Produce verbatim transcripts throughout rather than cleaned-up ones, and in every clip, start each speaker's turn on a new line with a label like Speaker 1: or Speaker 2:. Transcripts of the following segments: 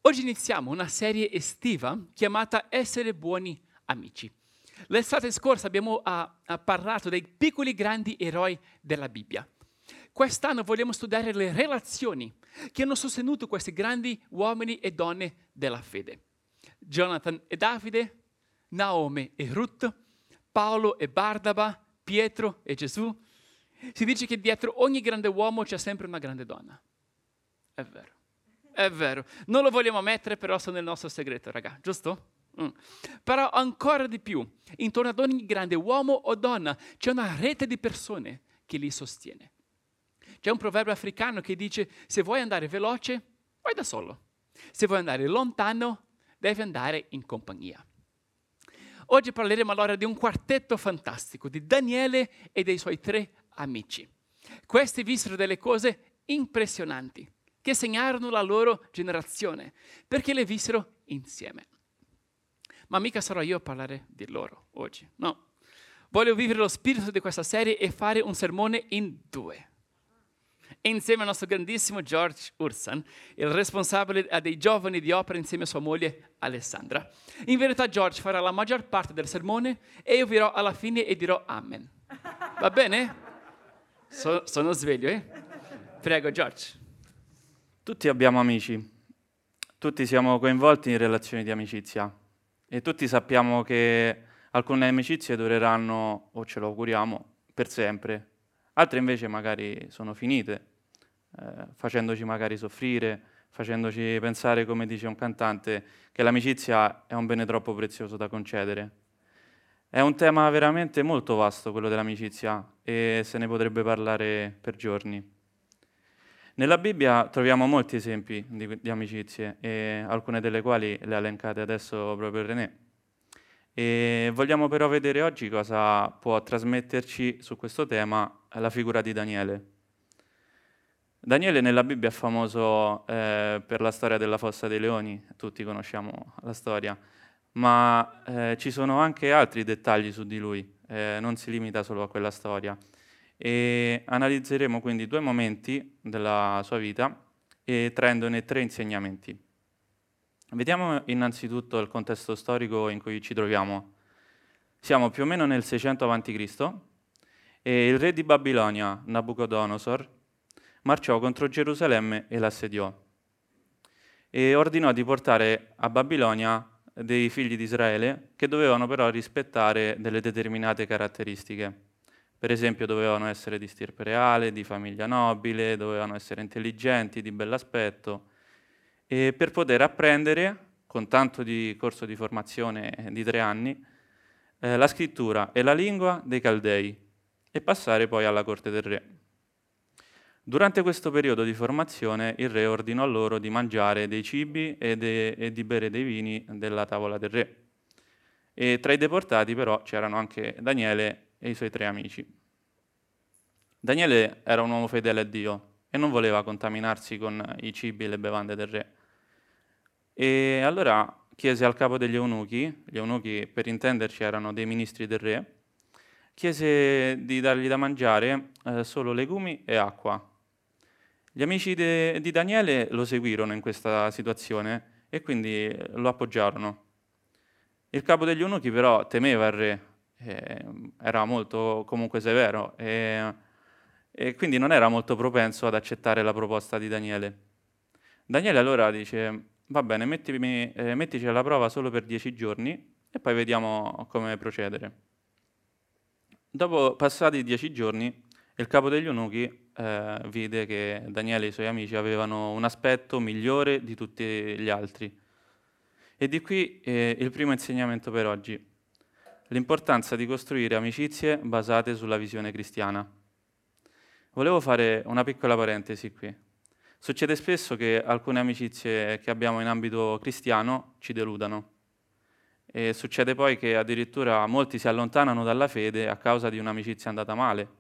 Speaker 1: Oggi iniziamo una serie estiva chiamata Essere buoni amici. L'estate scorsa abbiamo ah, ah, parlato dei piccoli grandi eroi della Bibbia. Quest'anno vogliamo studiare le relazioni che hanno sostenuto questi grandi uomini e donne della fede. Jonathan e Davide, Naomi e Ruth, Paolo e Barnaba, Pietro e Gesù. Si dice che dietro ogni grande uomo c'è sempre una grande donna. È vero. È vero, non lo vogliamo ammettere, però sono il nostro segreto, raga, giusto? Mm. Però ancora di più, intorno ad ogni grande uomo o donna c'è una rete di persone che li sostiene. C'è un proverbio africano che dice: se vuoi andare veloce, vai da solo. Se vuoi andare lontano, devi andare in compagnia. Oggi parleremo allora di un quartetto fantastico, di Daniele e dei suoi tre amici. Questi vissero delle cose impressionanti, che segnarono la loro generazione, perché le vissero insieme. Ma mica sarò io a parlare di loro oggi, no. Voglio vivere lo spirito di questa serie e fare un sermone in due. Insieme al nostro grandissimo George Ursan, il responsabile dei giovani di opera insieme a sua moglie Alessandra. In verità George farà la maggior parte del sermone e io dirò alla fine e dirò amen. Va bene? So, sono sveglio, eh? Prego, George.
Speaker 2: Tutti abbiamo amici, tutti siamo coinvolti in relazioni di amicizia e tutti sappiamo che alcune amicizie dureranno, o ce lo auguriamo, per sempre. Altre invece magari sono finite, eh, facendoci magari soffrire, facendoci pensare, come dice un cantante, che l'amicizia è un bene troppo prezioso da concedere. È un tema veramente molto vasto quello dell'amicizia e se ne potrebbe parlare per giorni. Nella Bibbia troviamo molti esempi di, di amicizie, e alcune delle quali le ha elencate adesso proprio René. E vogliamo però vedere oggi cosa può trasmetterci su questo tema la figura di Daniele. Daniele nella Bibbia è famoso eh, per la storia della fossa dei leoni, tutti conosciamo la storia, ma eh, ci sono anche altri dettagli su di lui, eh, non si limita solo a quella storia. E analizzeremo quindi due momenti della sua vita e traendone tre insegnamenti. Vediamo innanzitutto il contesto storico in cui ci troviamo. Siamo più o meno nel seicento avanti Cristo e il re di Babilonia, Nabucodonosor, marciò contro Gerusalemme e l'assediò e ordinò di portare a Babilonia dei figli di Israele che dovevano però rispettare delle determinate caratteristiche. Per esempio dovevano essere di stirpe reale, di famiglia nobile, dovevano essere intelligenti, di bell'aspetto, e per poter apprendere, con tanto di corso di formazione di tre anni, eh, la scrittura e la lingua dei Caldei e passare poi alla corte del re. Durante questo periodo di formazione il re ordinò loro di mangiare dei cibi e, de- e di bere dei vini della tavola del re. E tra i deportati però c'erano anche Daniele e i suoi tre amici. Daniele era un uomo fedele a Dio e non voleva contaminarsi con i cibi e le bevande del re. E allora chiese al capo degli eunuchi, gli eunuchi per intenderci erano dei ministri del re, chiese di dargli da mangiare eh, solo legumi e acqua. Gli amici de- di Daniele lo seguirono in questa situazione e quindi lo appoggiarono. Il capo degli eunuchi però temeva il re, eh, era molto comunque severo e, e quindi non era molto propenso ad accettare la proposta di Daniele. Daniele allora dice: va bene, mettimi, eh, mettici alla prova solo per dieci giorni e poi vediamo come procedere. Dopo passati dieci giorni, il capo degli eunuchi eh, vide che Daniele e i suoi amici avevano un aspetto migliore di tutti gli altri. E di qui eh, il primo insegnamento per oggi: l'importanza di costruire amicizie basate sulla visione cristiana. Volevo fare una piccola parentesi qui. Succede spesso che alcune amicizie che abbiamo in ambito cristiano ci deludano. E succede poi che addirittura molti si allontanano dalla fede a causa di un'amicizia andata male.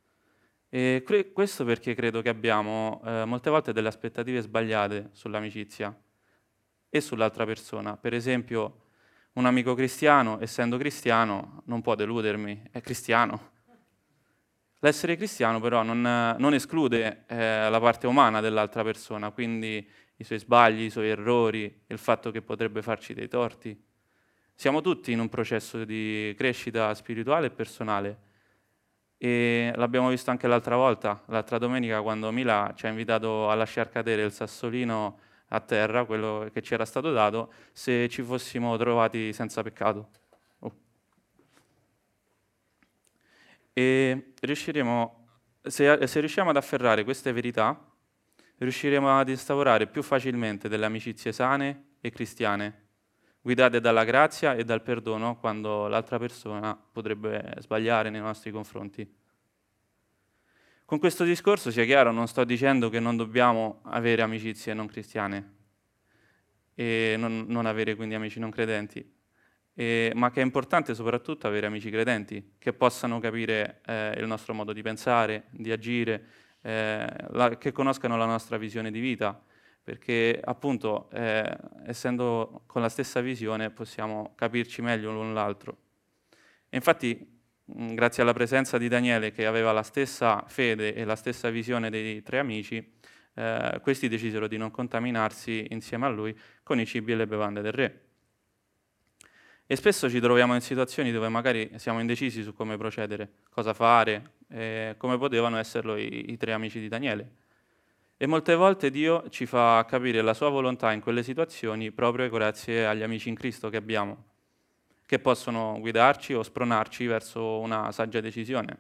Speaker 2: E questo perché credo che abbiamo eh, molte volte delle aspettative sbagliate sull'amicizia e sull'altra persona. Per esempio, un amico cristiano, essendo cristiano, non può deludermi, è cristiano. L'essere cristiano però non, non esclude eh, la parte umana dell'altra persona, quindi i suoi sbagli, i suoi errori, il fatto che potrebbe farci dei torti. Siamo tutti in un processo di crescita spirituale e personale e l'abbiamo visto anche l'altra volta, l'altra domenica, quando Mila ci ha invitato a lasciar cadere il sassolino a terra, quello che ci era stato dato, se ci fossimo trovati senza peccato. Oh. E riusciremo, se, se riusciamo ad afferrare queste verità, riusciremo ad instaurare più facilmente delle amicizie sane e cristiane, guidate dalla grazia e dal perdono quando l'altra persona potrebbe sbagliare nei nostri confronti. Con questo discorso, sia chiaro, non sto dicendo che non dobbiamo avere amicizie non cristiane e non, non avere quindi amici non credenti, e, ma che è importante soprattutto avere amici credenti che possano capire eh, il nostro modo di pensare, di agire, eh, la, che conoscano la nostra visione di vita, perché appunto eh, essendo con la stessa visione possiamo capirci meglio l'un l'altro. E infatti mh, grazie alla presenza di Daniele, che aveva la stessa fede e la stessa visione dei tre amici, eh, questi decisero di non contaminarsi insieme a lui con i cibi e le bevande del re. E spesso ci troviamo in situazioni dove magari siamo indecisi su come procedere, cosa fare, eh, come potevano esserlo i, i tre amici di Daniele. E molte volte Dio ci fa capire la sua volontà in quelle situazioni proprio grazie agli amici in Cristo che abbiamo, che possono guidarci o spronarci verso una saggia decisione.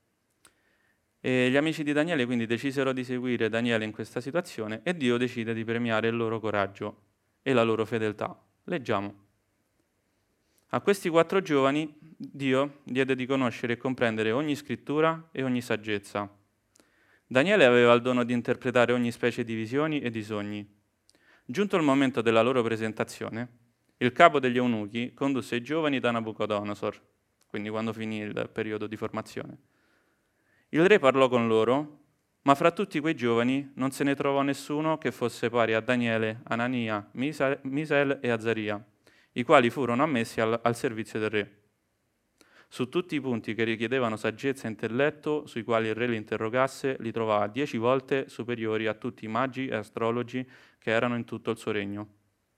Speaker 2: E gli amici di Daniele quindi decisero di seguire Daniele in questa situazione e Dio decide di premiare il loro coraggio e la loro fedeltà. Leggiamo. A questi quattro giovani Dio diede di conoscere e comprendere ogni scrittura e ogni saggezza. Daniele aveva il dono di interpretare ogni specie di visioni e di sogni. Giunto il momento della loro presentazione, il capo degli eunuchi condusse i giovani da Nabucodonosor, quindi quando finì il periodo di formazione. Il re parlò con loro, ma fra tutti quei giovani non se ne trovò nessuno che fosse pari a Daniele, Anania, Misa- Misael e Azaria, i quali furono ammessi al, al servizio del re. Su tutti i punti che richiedevano saggezza e intelletto, sui quali il re li interrogasse, li trovava dieci volte superiori a tutti i magi e astrologi che erano in tutto il suo regno.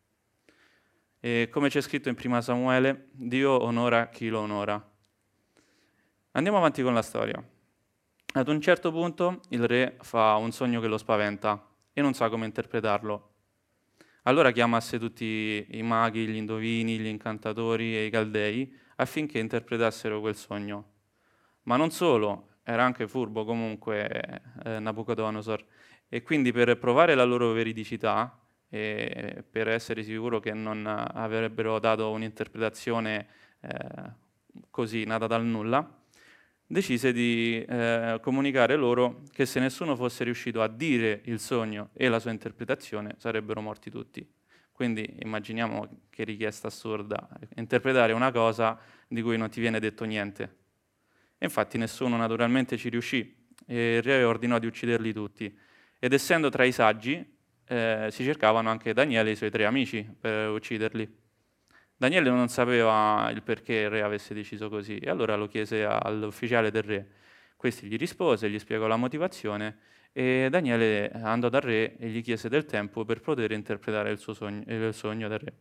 Speaker 2: E come c'è scritto in prima Samuele, Dio onora chi lo onora. Andiamo avanti con la storia. Ad un certo punto il re fa un sogno che lo spaventa e non sa come interpretarlo. Allora chiama a sé tutti i maghi, gli indovini, gli incantatori e i caldei affinché interpretassero quel sogno. Ma non solo, era anche furbo comunque eh, Nabucodonosor, e quindi per provare la loro veridicità e per essere sicuro che non avrebbero dato un'interpretazione eh, così nata dal nulla, decise di eh, comunicare loro che se nessuno fosse riuscito a dire il sogno e la sua interpretazione sarebbero morti tutti. Quindi immaginiamo che richiesta assurda, interpretare una cosa di cui non ti viene detto niente. E infatti nessuno naturalmente ci riuscì e il re ordinò di ucciderli tutti. Ed essendo tra i saggi, eh, si cercavano anche Daniele e i suoi tre amici per ucciderli. Daniele non sapeva il perché il re avesse deciso così e allora lo chiese all'ufficiale del re. Questi gli rispose, gli spiegò la motivazione e Daniele andò dal re e gli chiese del tempo per poter interpretare il suo sogno, il sogno del re.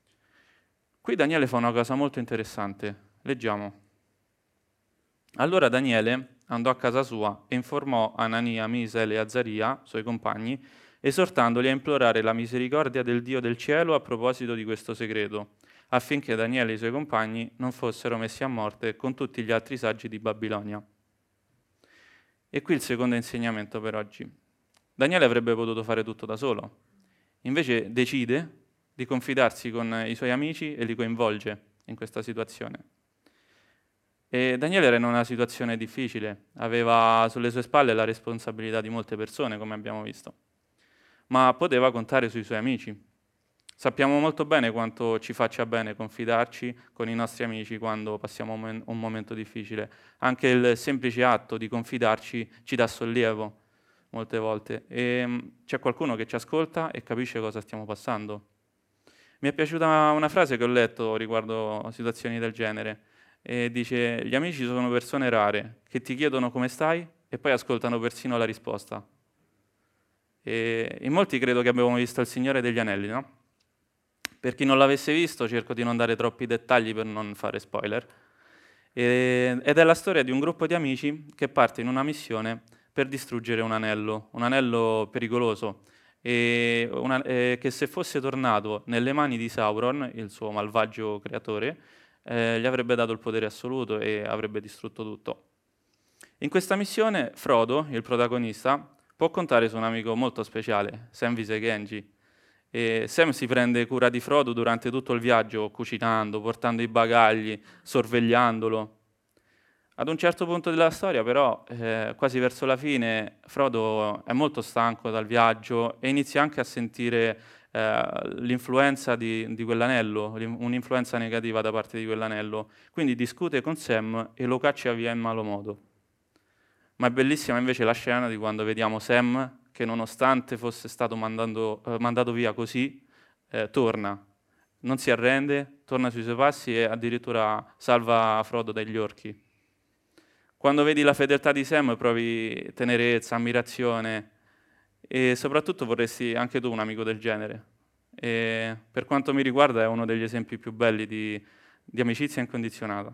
Speaker 2: Qui Daniele fa una cosa molto interessante. Leggiamo. Allora Daniele andò a casa sua e informò Anania, Misael e Azaria, suoi compagni, esortandoli a implorare la misericordia del Dio del cielo a proposito di questo segreto, affinché Daniele e i suoi compagni non fossero messi a morte con tutti gli altri saggi di Babilonia. E qui il secondo insegnamento per oggi. Daniele avrebbe potuto fare tutto da solo, invece decide di confidarsi con i suoi amici e li coinvolge in questa situazione. E Daniele era in una situazione difficile, aveva sulle sue spalle la responsabilità di molte persone, come abbiamo visto, ma poteva contare sui suoi amici. Sappiamo molto bene quanto ci faccia bene confidarci con i nostri amici quando passiamo un momento difficile. Anche il semplice atto di confidarci ci dà sollievo molte volte e c'è qualcuno che ci ascolta e capisce cosa stiamo passando. Mi è piaciuta una frase che ho letto riguardo situazioni del genere e dice: gli amici sono persone rare che ti chiedono come stai e poi ascoltano persino la risposta. E in molti credo che abbiamo visto Il Signore degli Anelli, no? Per chi non l'avesse visto, cerco di non dare troppi dettagli per non fare spoiler. E, ed è la storia di un gruppo di amici che parte in una missione per distruggere un anello, un anello pericoloso, e una, e che se fosse tornato nelle mani di Sauron, il suo malvagio creatore, eh, gli avrebbe dato il potere assoluto e avrebbe distrutto tutto. In questa missione Frodo, il protagonista, può contare su un amico molto speciale, Sam Visegengi. E Sam si prende cura di Frodo durante tutto il viaggio, cucinando, portando i bagagli, sorvegliandolo. Ad un certo punto della storia, però, eh, quasi verso la fine, Frodo è molto stanco dal viaggio e inizia anche a sentire eh, l'influenza di, di quell'anello, un'influenza negativa da parte di quell'anello. Quindi discute con Sam e lo caccia via in malo modo. Ma è bellissima invece la scena di quando vediamo Sam che nonostante fosse stato mandando, eh, mandato via così, eh, torna, non si arrende, torna sui suoi passi e addirittura salva Frodo dagli orchi. Quando vedi la fedeltà di Sam provi tenerezza, ammirazione e soprattutto vorresti anche tu un amico del genere. E per quanto mi riguarda è uno degli esempi più belli di, di amicizia incondizionata.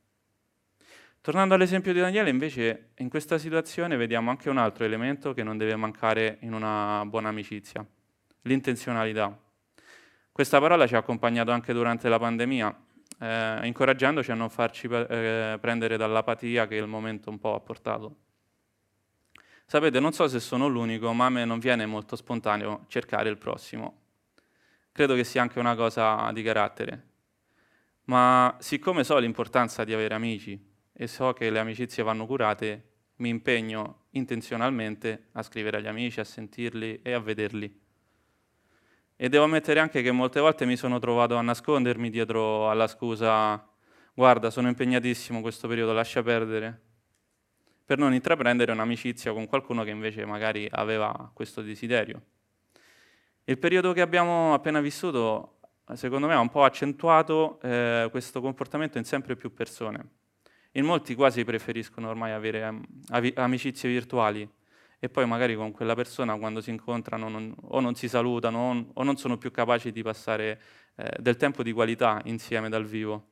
Speaker 2: Tornando all'esempio di Daniele, invece, in questa situazione vediamo anche un altro elemento che non deve mancare in una buona amicizia, l'intenzionalità. Questa parola ci ha accompagnato anche durante la pandemia, eh, incoraggiandoci a non farci eh, prendere dall'apatia che il momento un po' ha portato. Sapete, non so se sono l'unico, ma a me non viene molto spontaneo cercare il prossimo. Credo che sia anche una cosa di carattere. Ma siccome so l'importanza di avere amici, e so che le amicizie vanno curate, mi impegno intenzionalmente a scrivere agli amici, a sentirli e a vederli. E devo ammettere anche che molte volte mi sono trovato a nascondermi dietro alla scusa «guarda, sono impegnatissimo questo periodo, lascia perdere», per non intraprendere un'amicizia con qualcuno che invece magari aveva questo desiderio. Il periodo che abbiamo appena vissuto, secondo me, ha un po' accentuato eh, questo comportamento in sempre più persone. In molti quasi preferiscono ormai avere um, amicizie virtuali e poi magari con quella persona quando si incontrano non, o non si salutano o, o non sono più capaci di passare eh, del tempo di qualità insieme dal vivo.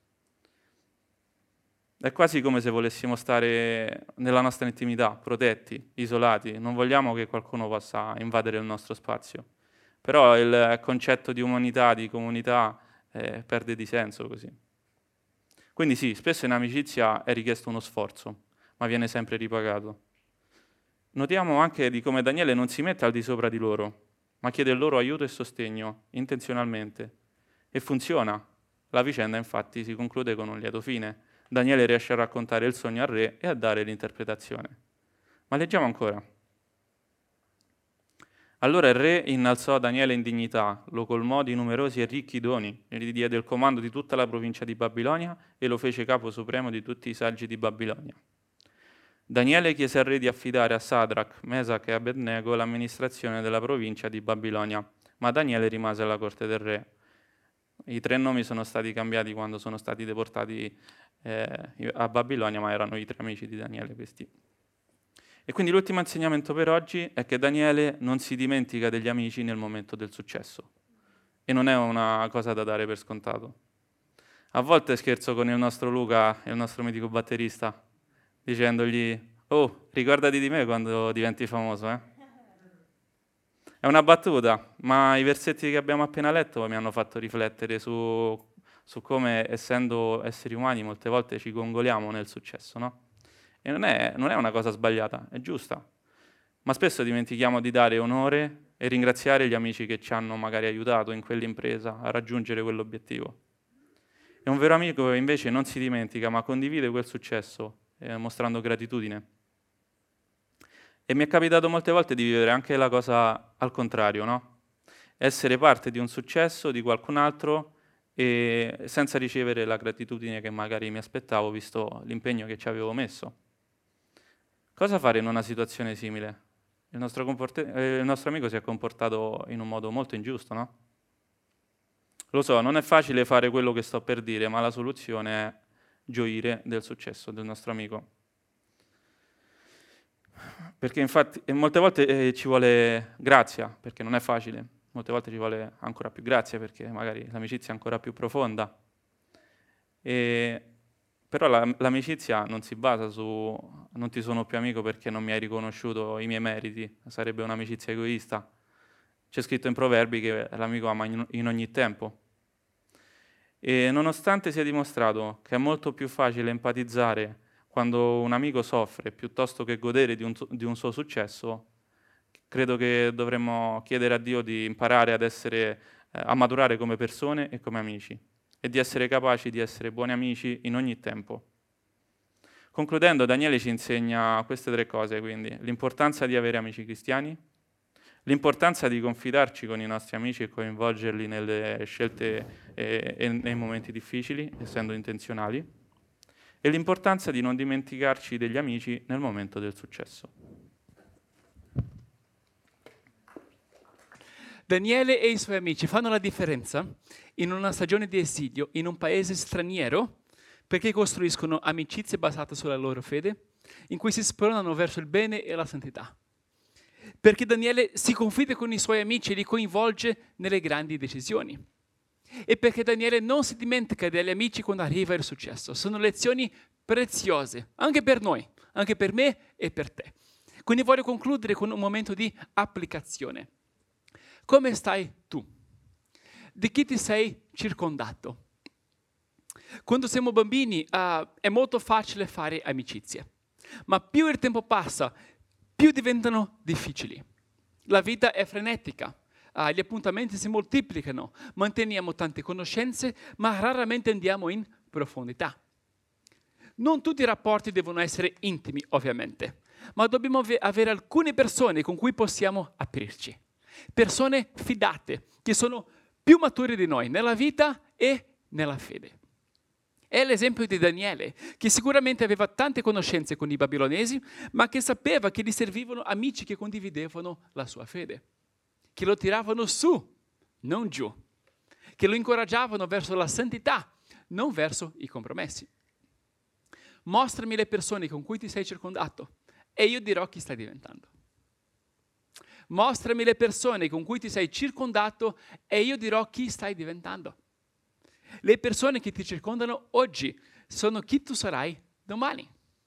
Speaker 2: È quasi come se volessimo stare nella nostra intimità, protetti, isolati. Non vogliamo che qualcuno possa invadere il nostro spazio. Però il concetto di umanità, di comunità, eh, perde di senso così. Quindi sì, spesso in amicizia è richiesto uno sforzo, ma viene sempre ripagato. Notiamo anche di come Daniele non si mette al di sopra di loro, ma chiede il loro aiuto e sostegno, intenzionalmente. E funziona. La vicenda infatti si conclude con un lieto fine. Daniele riesce a raccontare il sogno al re e a dare l'interpretazione. Ma leggiamo ancora. Allora il re innalzò Daniele in dignità, lo colmò di numerosi e ricchi doni, gli diede il comando di tutta la provincia di Babilonia e lo fece capo supremo di tutti i saggi di Babilonia. Daniele chiese al re di affidare a Sadrach, Mesach e Abednego l'amministrazione della provincia di Babilonia, ma Daniele rimase alla corte del re. I tre nomi sono stati cambiati quando sono stati deportati eh, a Babilonia, ma erano i tre amici di Daniele questi. E quindi l'ultimo insegnamento per oggi è che Daniele non si dimentica degli amici nel momento del successo. E non è una cosa da dare per scontato. A volte scherzo con il nostro Luca, il nostro mitico batterista, dicendogli «Oh, ricordati di me quando diventi famoso, eh?» È una battuta, ma i versetti che abbiamo appena letto mi hanno fatto riflettere su, su come, essendo esseri umani, molte volte ci gongoliamo nel successo, no? E non è, non è una cosa sbagliata, è giusta. Ma spesso dimentichiamo di dare onore e ringraziare gli amici che ci hanno magari aiutato in quell'impresa a raggiungere quell'obiettivo. E un vero amico invece non si dimentica, ma condivide quel successo, eh, mostrando gratitudine. E mi è capitato molte volte di vivere anche la cosa al contrario, no? Essere parte di un successo di qualcun altro e senza ricevere la gratitudine che magari mi aspettavo, visto l'impegno che ci avevo messo. Cosa fare in una situazione simile? Il nostro, comport- eh, il nostro amico si è comportato in un modo molto ingiusto, no? Lo so, non è facile fare quello che sto per dire, ma la soluzione è gioire del successo del nostro amico. Perché infatti e molte volte eh, ci vuole grazia, perché non è facile. Molte volte ci vuole ancora più grazia, perché magari l'amicizia è ancora più profonda. E, però la- l'amicizia non si basa su non ti sono più amico perché non mi hai riconosciuto i miei meriti, sarebbe un'amicizia egoista. C'è scritto in Proverbi che l'amico ama in in ogni tempo. E nonostante sia dimostrato che è molto più facile empatizzare quando un amico soffre piuttosto che godere di un, su- di un suo successo, credo che dovremmo chiedere a Dio di imparare ad essere, eh, a maturare come persone e come amici e di essere capaci di essere buoni amici in ogni tempo. Concludendo, Daniele ci insegna queste tre cose, quindi l'importanza di avere amici cristiani, l'importanza di confidarci con i nostri amici e coinvolgerli nelle scelte e, e nei momenti difficili, essendo intenzionali, e l'importanza di non dimenticarci degli amici nel momento del successo.
Speaker 1: Daniele e i suoi amici fanno la differenza in una stagione di esilio, in un paese straniero, perché costruiscono amicizie basate sulla loro fede, in cui si spronano verso il bene e la santità. Perché Daniele si confida con i suoi amici e li coinvolge nelle grandi decisioni. E perché Daniele non si dimentica degli amici quando arriva il successo. Sono lezioni preziose, anche per noi, anche per me e per te. Quindi voglio concludere con un momento di applicazione. Come stai tu? Di chi ti sei circondato? Quando siamo bambini uh, è molto facile fare amicizie, ma più il tempo passa, più diventano difficili. La vita è frenetica, uh, gli appuntamenti si moltiplicano, manteniamo tante conoscenze, ma raramente andiamo in profondità. Non tutti i rapporti devono essere intimi, ovviamente, ma dobbiamo ave- avere alcune persone con cui possiamo aprirci. Persone fidate, che sono più mature di noi nella vita e nella fede. È l'esempio di Daniele, che sicuramente aveva tante conoscenze con i babilonesi, ma che sapeva che gli servivano amici che condividevano la sua fede, che lo tiravano su, non giù, che lo incoraggiavano verso la santità, non verso i compromessi. Mostrami le persone con cui ti sei circondato e io dirò chi stai diventando. Mostrami le persone con cui ti sei circondato e io dirò chi stai diventando. Le persone che ti circondano oggi sono chi tu sarai domani.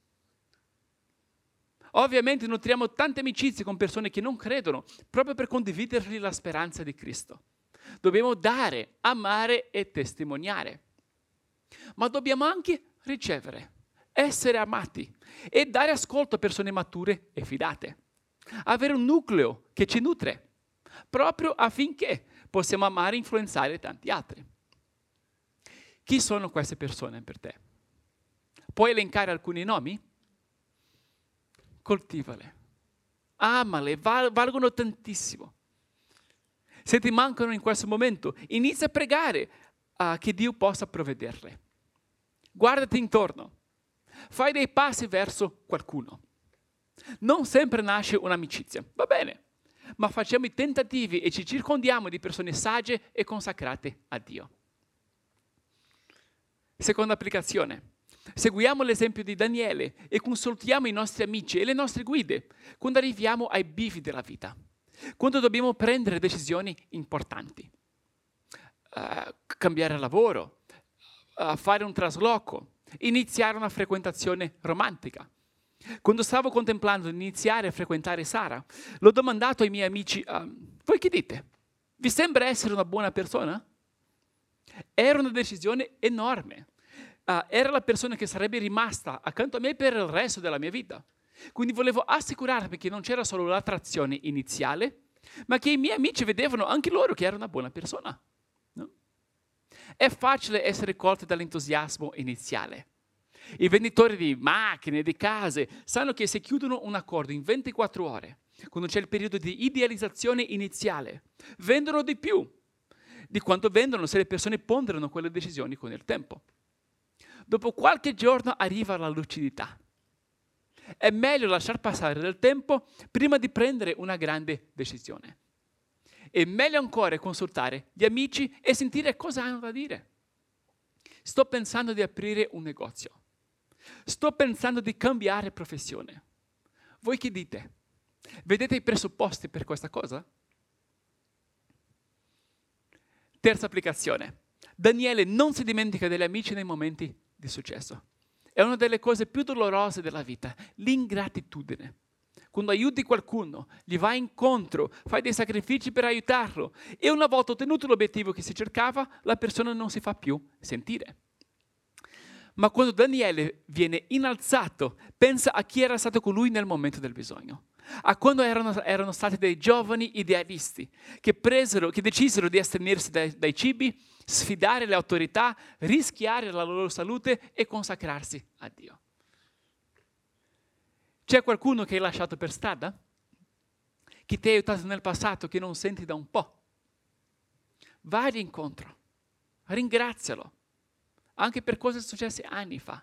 Speaker 1: Ovviamente nutriamo tante amicizie con persone che non credono, proprio per condividergli la speranza di Cristo. Dobbiamo dare, amare e testimoniare. Ma dobbiamo anche ricevere, essere amati e dare ascolto a persone mature e fidate. Avere un nucleo che ci nutre, proprio affinché possiamo amare e influenzare tanti altri. Chi sono queste persone per te? Puoi elencare alcuni nomi? Coltivale, amale, val- valgono tantissimo. Se ti mancano in questo momento, inizia a pregare uh, che Dio possa provvederle. Guardati intorno, fai dei passi verso qualcuno. Non sempre nasce un'amicizia, va bene, ma facciamo i tentativi e ci circondiamo di persone sagge e consacrate a Dio. Seconda applicazione. Seguiamo l'esempio di Daniele e consultiamo i nostri amici e le nostre guide quando arriviamo ai bivi della vita, quando dobbiamo prendere decisioni importanti. Uh, cambiare lavoro, uh, fare un trasloco, iniziare una frequentazione romantica. Quando stavo contemplando di iniziare a frequentare Sara, l'ho domandato ai miei amici, uh, voi che dite? Vi sembra essere una buona persona? Era una decisione enorme. Uh, era la persona che sarebbe rimasta accanto a me per il resto della mia vita. Quindi volevo assicurarmi che non c'era solo l'attrazione iniziale, ma che i miei amici vedevano anche loro che era una buona persona. No? È facile essere colti dall'entusiasmo iniziale. I venditori di macchine, di case, sanno che se chiudono un accordo in ventiquattro ore, quando c'è il periodo di idealizzazione iniziale, vendono di più di quanto vendono se le persone ponderano quelle decisioni con il tempo. Dopo qualche giorno arriva la lucidità. È meglio lasciar passare del tempo prima di prendere una grande decisione. È meglio ancora consultare gli amici e sentire cosa hanno da dire. Sto pensando di aprire un negozio. Sto pensando di cambiare professione. Voi che dite? Vedete i presupposti per questa cosa? Terza applicazione. Daniele non si dimentica degli amici nei momenti di successo. È una delle cose più dolorose della vita, l'ingratitudine. Quando aiuti qualcuno, gli vai incontro, fai dei sacrifici per aiutarlo e una volta ottenuto l'obiettivo che si cercava, la persona non si fa più sentire. Ma quando Daniele viene innalzato, pensa a chi era stato con lui nel momento del bisogno. A quando erano, erano stati dei giovani idealisti che, presero, che decisero di astenersi dai, dai cibi, sfidare le autorità, rischiare la loro salute e consacrarsi a Dio. C'è qualcuno che hai lasciato per strada? Che ti ha aiutato nel passato, che non senti da un po'? Vai incontro, ringrazialo, anche per cose successe anni fa.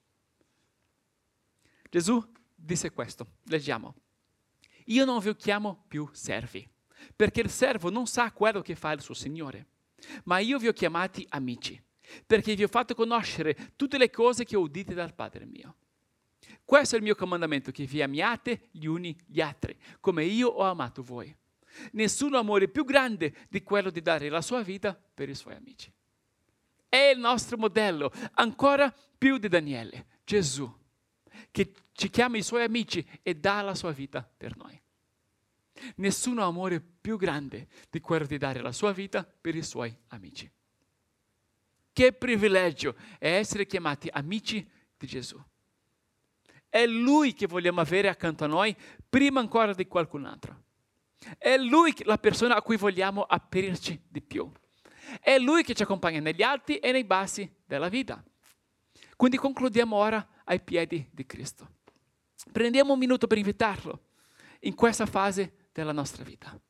Speaker 1: Gesù disse questo, leggiamo. Io non vi chiamo più servi, perché il servo non sa quello che fa il suo Signore, ma io vi ho chiamati amici, perché vi ho fatto conoscere tutte le cose che ho udite dal Padre mio. Questo è il mio comandamento, che vi amiate gli uni gli altri, come io ho amato voi. Nessun amore più grande di quello di dare la sua vita per i suoi amici. È il nostro modello, ancora più di Daniele, Gesù, che ci chiama i suoi amici e dà la sua vita per noi. Nessun amore più grande di quello di dare la sua vita per i suoi amici. Che privilegio è essere chiamati amici di Gesù. È Lui che vogliamo avere accanto a noi prima ancora di qualcun altro. È Lui la persona a cui vogliamo aprirci di più. È Lui che ci accompagna negli alti e nei bassi della vita. Quindi concludiamo ora ai piedi di Cristo. Prendiamo un minuto per invitarlo in questa fase della nostra vita.